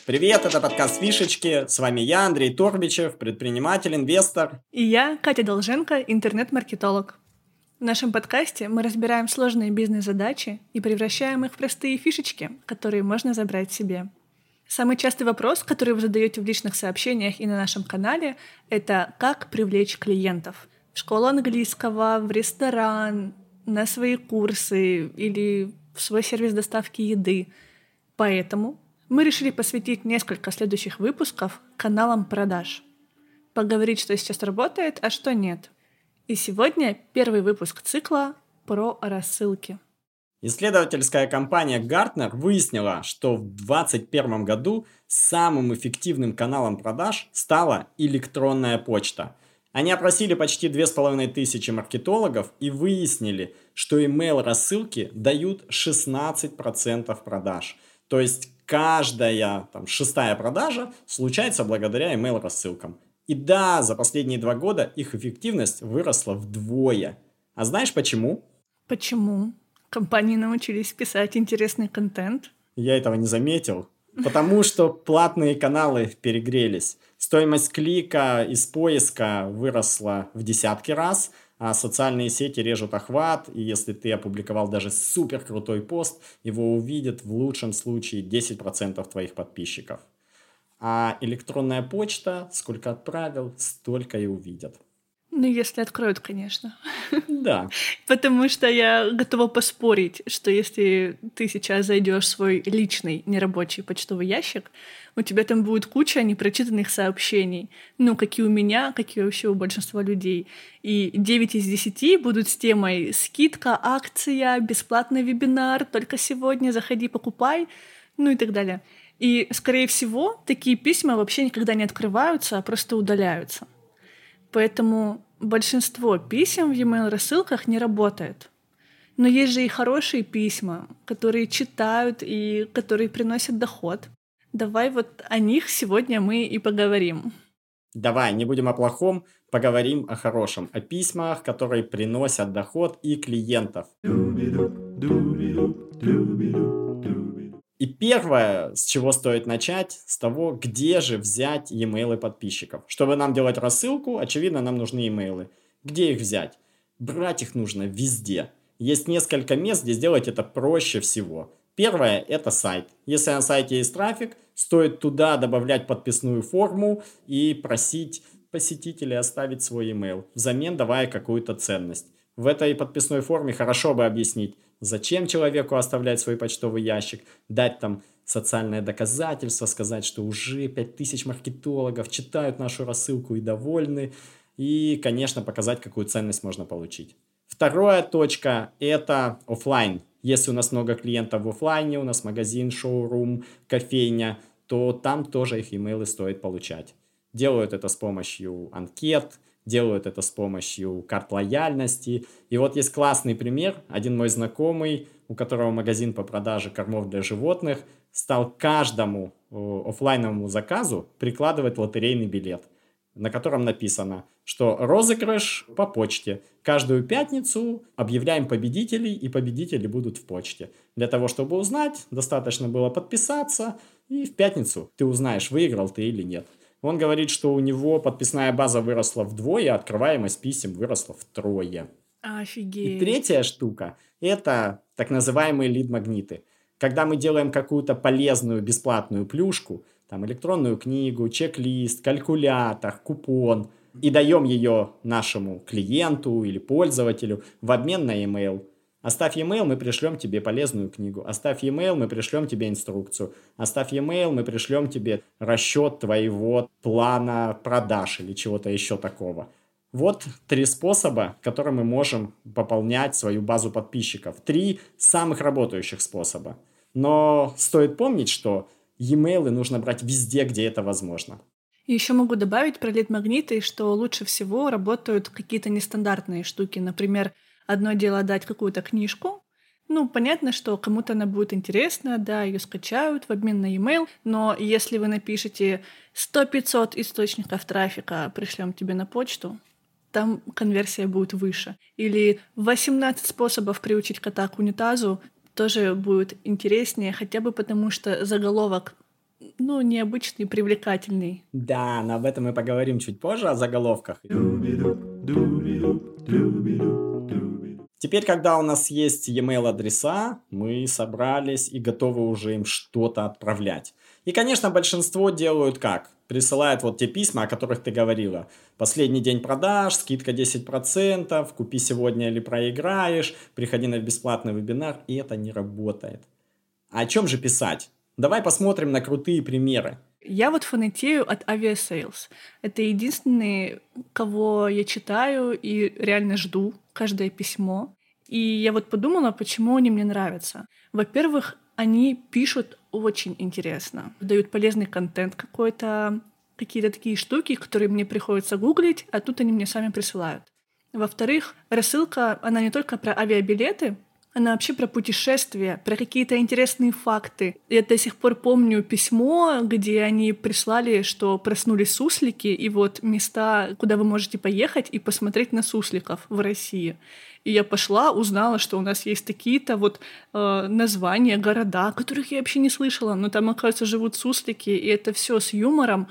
Привет, это подкаст «Фишечки». С вами я, Андрей Торбичев, предприниматель, инвестор. И я, Катя Долженко, интернет-маркетолог. В нашем подкасте мы разбираем сложные бизнес-задачи и превращаем их в простые фишечки, которые можно забрать себе. Самый частый вопрос, который вы задаете в личных сообщениях и на нашем канале, это как привлечь клиентов. В школу английского, в ресторан, на свои курсы или в свой сервис доставки еды. Поэтому мы решили посвятить несколько следующих выпусков каналам продаж. Поговорить, что сейчас работает, а что нет. И сегодня первый выпуск цикла про рассылки. Исследовательская компания Gartner выяснила, что в 2021 году самым эффективным каналом продаж стала электронная почта. Они опросили почти 2500 маркетологов и выяснили, что email-рассылки дают 16% продаж. То есть каждая шестая продажа случается благодаря email-рассылкам. И да, за последние 2 года их эффективность выросла вдвое. А знаешь почему? Почему? Компании научились писать интересный контент. Я этого не заметил. Потому что платные каналы перегрелись. Стоимость клика из поиска выросла в десятки раз, а социальные сети режут охват, и если ты опубликовал даже супер крутой пост, его увидят в лучшем случае 10% твоих подписчиков. А электронная почта, сколько отправил, столько и увидят. Ну, если откроют, конечно. Да. Потому что я готова поспорить, что если ты сейчас зайдешь в свой личный нерабочий почтовый ящик, у тебя там будет куча непрочитанных сообщений. Ну, какие у меня, какие вообще у большинства людей. И 9 из 10 будут с темой «скидка», «акция», «бесплатный вебинар», «только сегодня заходи, покупай», ну и так далее. И, скорее всего, такие письма вообще никогда не открываются, а просто удаляются. Поэтому большинство писем в e-mail рассылках не работает. Но есть же и хорошие письма, которые читают и которые приносят доход. Давай вот о них сегодня мы и поговорим. Давай, не будем о плохом, поговорим о хорошем, о письмах, которые приносят доход и клиентов. И первое, с чего стоит начать, с того, где же взять e-mail подписчиков. Чтобы нам делать рассылку, очевидно, нам нужны e-mail. Где их взять? Брать их нужно везде. Есть несколько мест, где сделать это проще всего. Первое – это сайт. Если на сайте есть трафик, стоит туда добавлять подписную форму и просить посетителей оставить свой email, взамен давая какую-то ценность. В этой подписной форме хорошо бы объяснить, зачем человеку оставлять свой почтовый ящик, дать там социальное доказательство, сказать, что уже 5000 маркетологов читают нашу рассылку и довольны, и, конечно, показать, какую ценность можно получить. Вторая точка – это офлайн. Если у нас много клиентов в офлайне, у нас магазин, шоурум, кофейня, то там тоже их имейлы стоит получать. Делают это с помощью анкет, делают это с помощью карт лояльности. И вот есть классный пример. Один мой знакомый, у которого магазин по продаже кормов для животных, стал каждому офлайновому заказу прикладывать лотерейный билет, на котором написано, что розыгрыш по почте. Каждую пятницу объявляем победителей, и победители будут в почте. Для того, чтобы узнать, достаточно было подписаться, и в пятницу ты узнаешь, выиграл ты или нет. Он говорит, что у него подписная база выросла вдвое, а открываемость писем выросла втрое. Офигеть. И третья штука – это так называемые лид-магниты. Когда мы делаем какую-то полезную бесплатную плюшку, там электронную книгу, чек-лист, калькулятор, купон, и даем ее нашему клиенту или пользователю в обмен на e-mail. Оставь e-mail, мы пришлем тебе полезную книгу. Оставь e-mail, мы пришлем тебе инструкцию. Оставь e-mail, мы пришлем тебе расчет твоего плана продаж или чего-то еще такого. Вот 3 способа, которыми мы можем пополнять свою базу подписчиков. 3 самых работающих способа. Но стоит помнить, что e-mail нужно брать везде, где это возможно. Еще могу добавить про лид-магниты, что лучше всего работают какие-то нестандартные штуки. Например, одно дело дать какую-то книжку. Ну, понятно, что кому-то она будет интересна, да, ее скачают в обмен на e-mail, но если вы напишете 100-500 источников трафика пришлем тебе на почту, там конверсия будет выше. Или 18 способов приучить кота к унитазу тоже будет интереснее, хотя бы потому что заголовок необычный, привлекательный. Да, но об этом мы поговорим чуть позже, о заголовках. Теперь, когда у нас есть e-mail адреса, мы собрались и готовы уже им что-то отправлять. И, конечно, большинство делают как? Присылают вот те письма, о которых ты говорила. Последний день продаж, скидка 10%, купи сегодня или проиграешь, приходи на бесплатный вебинар, и это не работает. А о чем же писать? Давай посмотрим на крутые примеры. Я вот фанатею от Aviasales. Это единственные, кого я читаю и реально жду каждое письмо. И я вот подумала, почему они мне нравятся. Во-первых, они пишут очень интересно, дают полезный контент какой-то, какие-то такие штуки, которые мне приходится гуглить, а тут они мне сами присылают. Во-вторых, рассылка, она не только про авиабилеты, она вообще про путешествия, про какие-то интересные факты. Я до сих пор помню письмо, где они прислали, что проснулись суслики, и вот места, куда вы можете поехать и посмотреть на сусликов в России. И я пошла, узнала, что у нас есть такие-то вот названия, города, которых я вообще не слышала, но там, оказывается, живут суслики, и это все с юмором,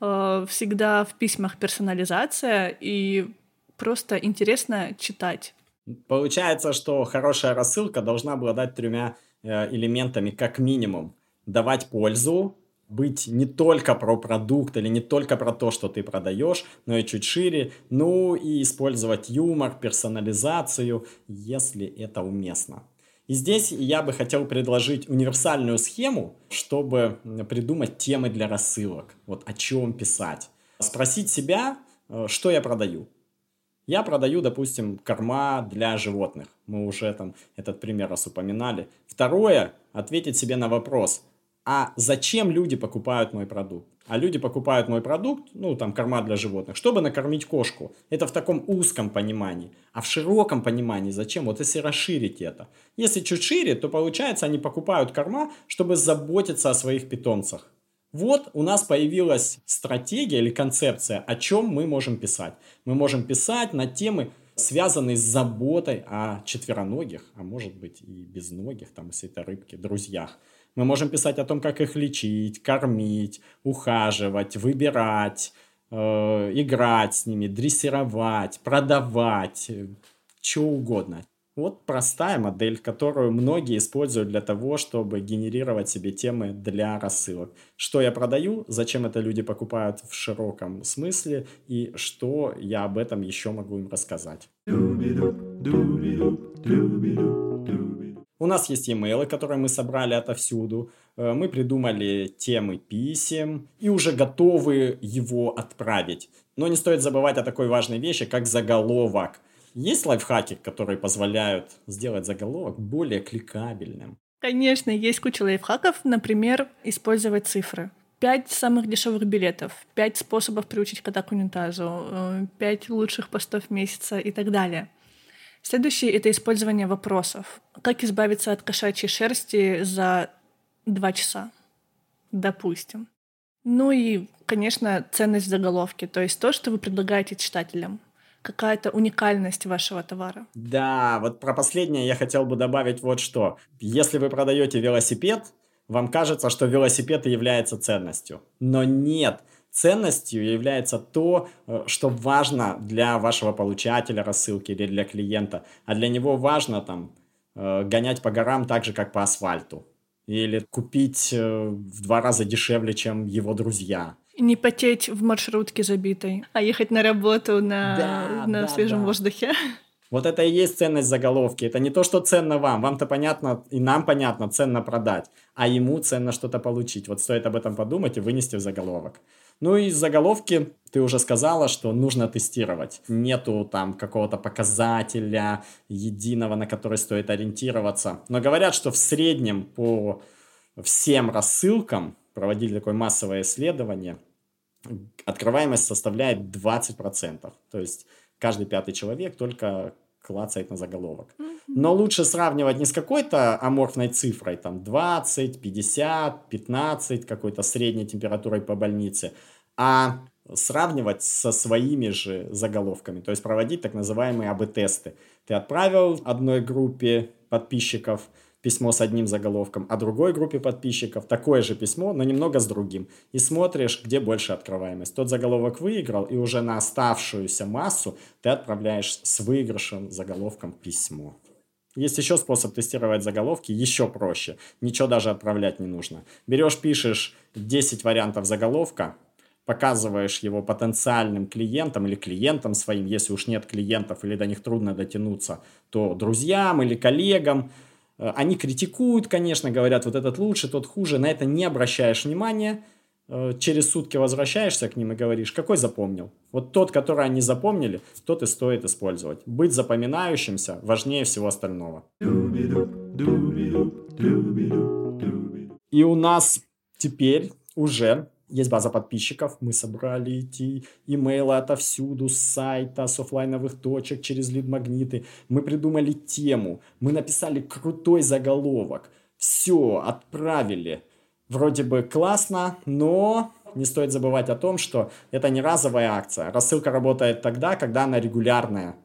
всегда в письмах персонализация, и просто интересно читать. Получается, что хорошая рассылка должна обладать тремя элементами как минимум. Давать пользу, быть не только про продукт или не только про то, что ты продаешь, но и чуть шире. Ну и использовать юмор, персонализацию, если это уместно. И здесь я бы хотел предложить универсальную схему, чтобы придумать темы для рассылок. Вот о чем писать. Спросить себя, что я продаю. Я продаю, допустим, корма для животных. Мы уже там этот пример раз упоминали. Второе, ответить себе на вопрос, а зачем люди покупают мой продукт? А люди покупают мой продукт, там корма для животных, чтобы накормить кошку. Это в таком узком понимании. А в широком понимании зачем? Вот если расширить это. Если чуть шире, то получается они покупают корма, чтобы заботиться о своих питомцах. Вот у нас появилась стратегия или концепция, о чем мы можем писать. Мы можем писать на темы, связанные с заботой о четвероногих, а может быть и безногих, там, если это рыбки, друзьях. Мы можем писать о том, как их лечить, кормить, ухаживать, выбирать, играть с ними, дрессировать, продавать, что угодно. Вот простая модель, которую многие используют для того, чтобы генерировать себе темы для рассылок. Что я продаю, зачем это люди покупают в широком смысле и что я об этом еще могу им рассказать. У нас есть e-mail, которые мы собрали отовсюду. Мы придумали темы писем и уже готовы его отправить. Но не стоит забывать о такой важной вещи, как заголовок. Есть лайфхаки, которые позволяют сделать заголовок более кликабельным? Конечно, есть куча лайфхаков, например, использовать цифры. 5 самых дешевых билетов, 5 способов приучить кота к унитазу, 5 лучших постов месяца и так далее. Следующее — это использование вопросов. Как избавиться от кошачьей шерсти за 2 часа, допустим. Ну и, конечно, ценность в заголовке, то есть то, что вы предлагаете читателям. Какая-то уникальность вашего товара. Да, вот про последнее я хотел бы добавить вот что. Если вы продаете велосипед, вам кажется, что велосипед и является ценностью. Но нет, ценностью является то, что важно для вашего получателя рассылки или для клиента. А для него важно гонять по горам так же, как по асфальту. Или купить в 2 раза дешевле, чем его друзья. Не потеть в маршрутке забитой, а ехать на работу на свежем воздухе. Вот это и есть ценность заголовки. Это не то, что ценно вам. Вам-то понятно, и нам понятно, ценно продать. А ему ценно что-то получить. Вот стоит об этом подумать и вынести в заголовок. Ну и заголовки, ты уже сказала, что нужно тестировать. Нету там какого-то показателя единого, на который стоит ориентироваться. Но говорят, что в среднем по всем рассылкам, проводили такое массовое исследование, открываемость составляет 20%. То есть каждый 5-й человек только клацает на заголовок. Но лучше сравнивать не с какой-то аморфной цифрой, там 20, 50, 15, какой-то средней температурой по больнице, а сравнивать со своими же заголовками. То есть проводить так называемые АБ-тесты. Ты отправил одной группе подписчиков письмо с одним заголовком, а другой группе подписчиков такое же письмо, но немного с другим. И смотришь, где больше открываемость. Тот заголовок выиграл, и уже на оставшуюся массу ты отправляешь с выигравшим заголовком письмо. Есть еще способ тестировать заголовки, еще проще. Ничего даже отправлять не нужно. Берешь, пишешь 10 вариантов заголовка, показываешь его потенциальным клиентам или клиентам своим, если уж нет клиентов или до них трудно дотянуться, то друзьям или коллегам. Они критикуют, конечно, говорят, вот этот лучше, тот хуже. На это не обращаешь внимания. Через сутки возвращаешься к ним и говоришь, какой запомнил. Вот тот, который они запомнили, тот и стоит использовать. Быть запоминающимся важнее всего остального. И у нас теперь уже есть база подписчиков. Мы собрали эти имейлы отовсюду, с сайта, с оффлайновых точек, через лид-магниты. Мы придумали тему. Мы написали крутой заголовок. Все, отправили. Вроде бы классно, но не стоит забывать о том, что это не разовая акция. Рассылка работает тогда, когда она регулярная.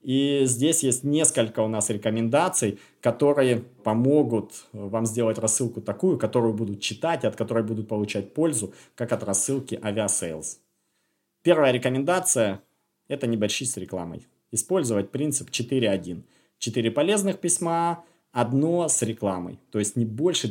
И здесь есть несколько у нас рекомендаций, которые помогут вам сделать рассылку такую, которую будут читать и от которой будут получать пользу, как от рассылки Aviasales. Первая рекомендация – это не борщи с рекламой. Использовать принцип 4.1. 4 полезных письма, одно с рекламой. То есть не больше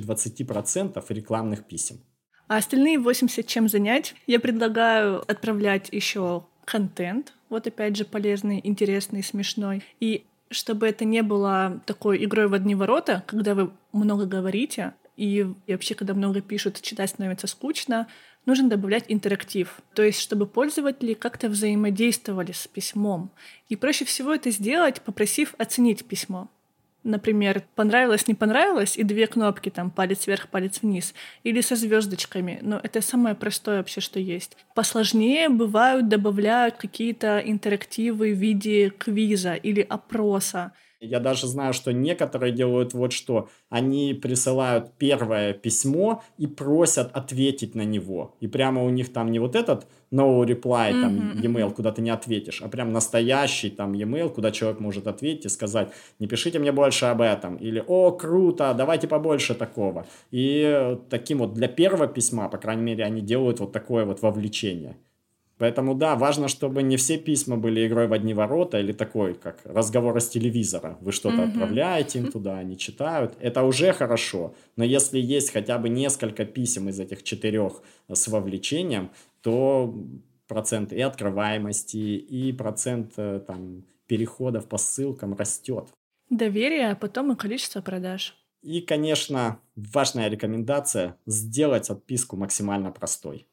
20% рекламных писем. А остальные 80 чем занять? Я предлагаю отправлять еще контент. Вот опять же полезный, интересный, смешной. И чтобы это не было такой игрой в одни ворота, когда вы много говорите, и вообще, когда много пишут, читать становится скучно, нужно добавлять интерактив. То есть, чтобы пользователи как-то взаимодействовали с письмом. И проще всего это сделать, попросив оценить письмо. Например, понравилось, не понравилось, и 2 кнопки, там, палец вверх, палец вниз, или со звездочками. Но это самое простое вообще, что есть. Посложнее бывают, добавляют какие-то интерактивы в виде квиза или опроса. Я даже знаю, что некоторые делают вот что. Они присылают первое письмо и просят ответить на него. И прямо у них там не вот этот no reply, там, e-mail, куда ты не ответишь, а прям настоящий там e-mail, куда человек может ответить и сказать, не пишите мне больше об этом. Или, о, круто, давайте побольше такого. И таким вот для первого письма, по крайней мере, они делают вот такое вот вовлечение. Поэтому, да, важно, чтобы не все письма были игрой в одни ворота или такой, как разговор с телевизора. Вы что-то отправляете им туда, они читают. Это уже хорошо. Но если есть хотя бы несколько писем из этих 4 с вовлечением, то процент и открываемости, и процент там, переходов по ссылкам растет. Доверие, а потом и количество продаж. И, конечно, важная рекомендация – сделать отписку максимально простой.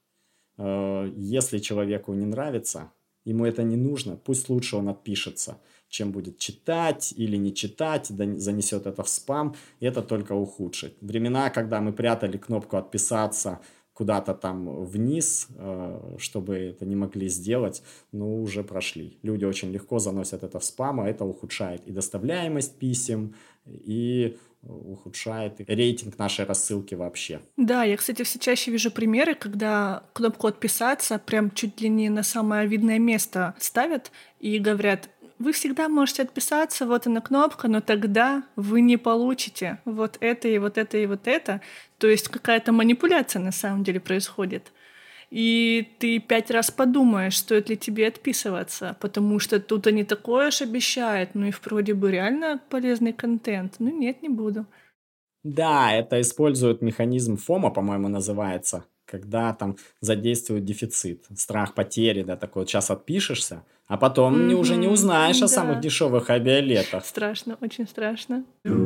Если человеку не нравится, ему это не нужно, пусть лучше он отпишется, чем будет читать или не читать, занесет это в спам, и это только ухудшит. Времена, когда мы прятали кнопку «Отписаться» куда-то там вниз, чтобы это не могли сделать, ну, уже прошли. Люди очень легко заносят это в спам, а это ухудшает и доставляемость писем, и ухудшает рейтинг нашей рассылки вообще. Да, я, кстати, все чаще вижу примеры, когда кнопку «Отписаться» прям чуть ли не на самое видное место ставят и говорят, вы всегда можете отписаться, вот она кнопка, но тогда вы не получите вот это и вот это и вот это. То есть какая-то манипуляция на самом деле происходит. И ты 5 раз подумаешь, стоит ли тебе отписываться, потому что тут они такое ж обещают, ну и вроде бы реально полезный контент. Ну нет, не буду. Да, это используют механизм ФОМа, по-моему, называется, когда там задействуют дефицит, страх потери, да, такой вот сейчас отпишешься, а потом уже не узнаешь о самых дешевых авиалетах. Страшно, очень страшно.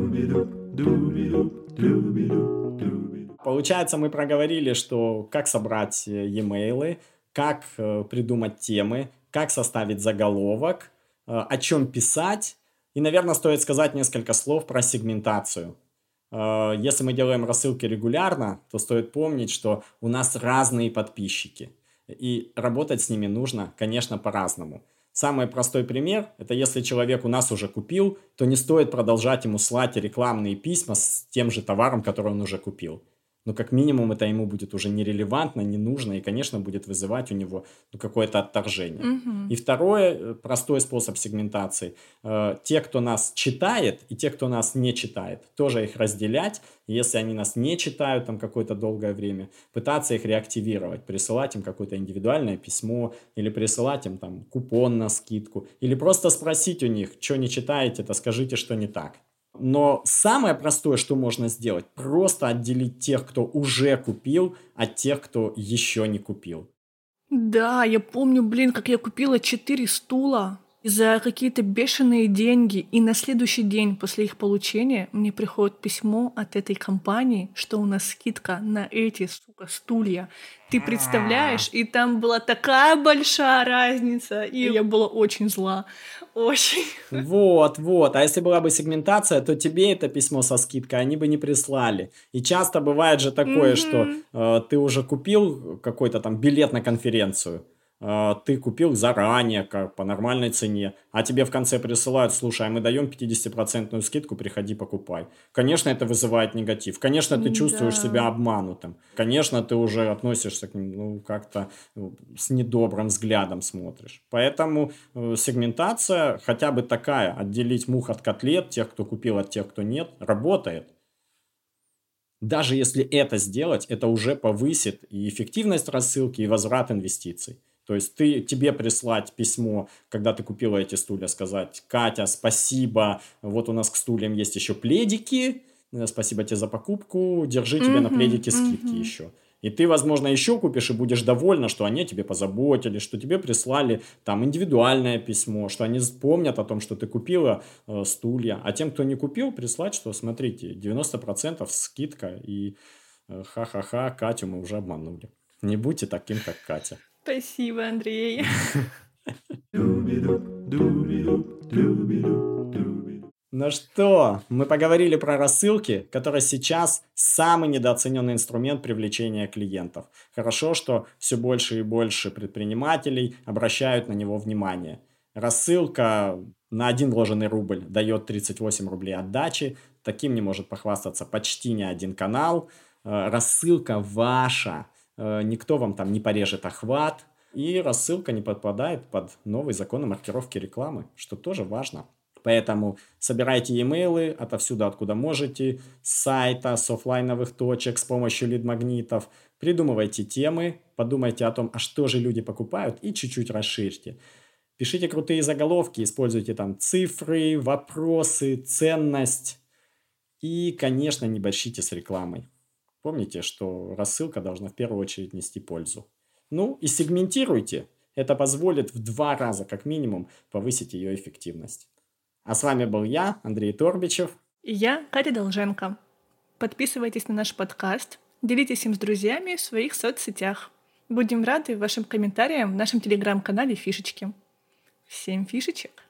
Получается, мы проговорили, что как собрать e-mail, как придумать темы, как составить заголовок, о чем писать. И, наверное, стоит сказать несколько слов про сегментацию. Если мы делаем рассылки регулярно, то стоит помнить, что у нас разные подписчики. И работать с ними нужно, конечно, по-разному. Самый простой пример – это если человек у нас уже купил, то не стоит продолжать ему слать рекламные письма с тем же товаром, который он уже купил. но как минимум это ему будет уже нерелевантно, не нужно и, конечно, будет вызывать у него какое-то отторжение. И второе, простой способ сегментации. Те, кто нас читает, и те, кто нас не читает, тоже их разделять. Если они нас не читают там какое-то долгое время, пытаться их реактивировать, присылать им какое-то индивидуальное письмо, или присылать им там купон на скидку, или просто спросить у них, что не читаете, то скажите, что не так. Но самое простое, что можно сделать, просто отделить тех, кто уже купил, от тех, кто еще не купил. Да, я помню, как я купила 4 стула за какие-то бешеные деньги, и на следующий день после их получения мне приходит письмо от этой компании, что у нас скидка на эти, сука, стулья. Ты представляешь? И там была такая большая разница, и я была очень зла. Очень. Вот. А если была бы сегментация, то тебе это письмо со скидкой они бы не прислали. И часто бывает же такое, что ты уже купил какой-то там билет на конференцию, ты купил заранее, как по нормальной цене, а тебе в конце присылают: слушай, а мы даем 50% скидку, приходи, покупай. Конечно, это вызывает негатив. Конечно, ты чувствуешь себя обманутым. Конечно, ты уже относишься к ним, как-то с недобрым взглядом смотришь. Поэтому сегментация, хотя бы такая, отделить мух от котлет, тех, кто купил, от тех, кто нет, работает. Даже если это сделать, это уже повысит и эффективность рассылки, и возврат инвестиций. То есть тебе прислать письмо, когда ты купила эти стулья, сказать: Катя, спасибо, вот у нас к стульям есть еще пледики, спасибо тебе за покупку, держи тебе на пледики скидки еще. И ты, возможно, еще купишь и будешь довольна, что они о тебе позаботились, что тебе прислали там индивидуальное письмо, что они помнят о том, что ты купила стулья. А тем, кто не купил, прислать, что смотрите, 90% скидка, и ха-ха-ха, Катю мы уже обманули. Не будьте таким, как Катя. Спасибо, Андрей. Ну что, мы поговорили про рассылки, которые сейчас самый недооцененный инструмент привлечения клиентов. Хорошо, что все больше и больше предпринимателей обращают на него внимание. Рассылка на 1 вложенный рубль дает 38 рублей отдачи. Таким не может похвастаться почти ни один канал. Рассылка ваша. Никто вам там не порежет охват. И рассылка не подпадает под новый закон о маркировке рекламы, что тоже важно. Поэтому собирайте e-mail отовсюду, откуда можете, с сайта, с офлайновых точек, с помощью лид-магнитов. Придумывайте темы, подумайте о том, а что же люди покупают, и чуть-чуть расширьте. Пишите крутые заголовки, используйте там цифры, вопросы, ценность. И, конечно, не борщите с рекламой. Помните, что рассылка должна в первую очередь нести пользу. Ну и сегментируйте. Это позволит в 2 раза как минимум повысить ее эффективность. А с вами был я, Андрей Торбичев. И я, Катя Долженко. Подписывайтесь на наш подкаст, делитесь им с друзьями в своих соцсетях. Будем рады вашим комментариям в нашем телеграм-канале «Фишечки». Всем фишечек!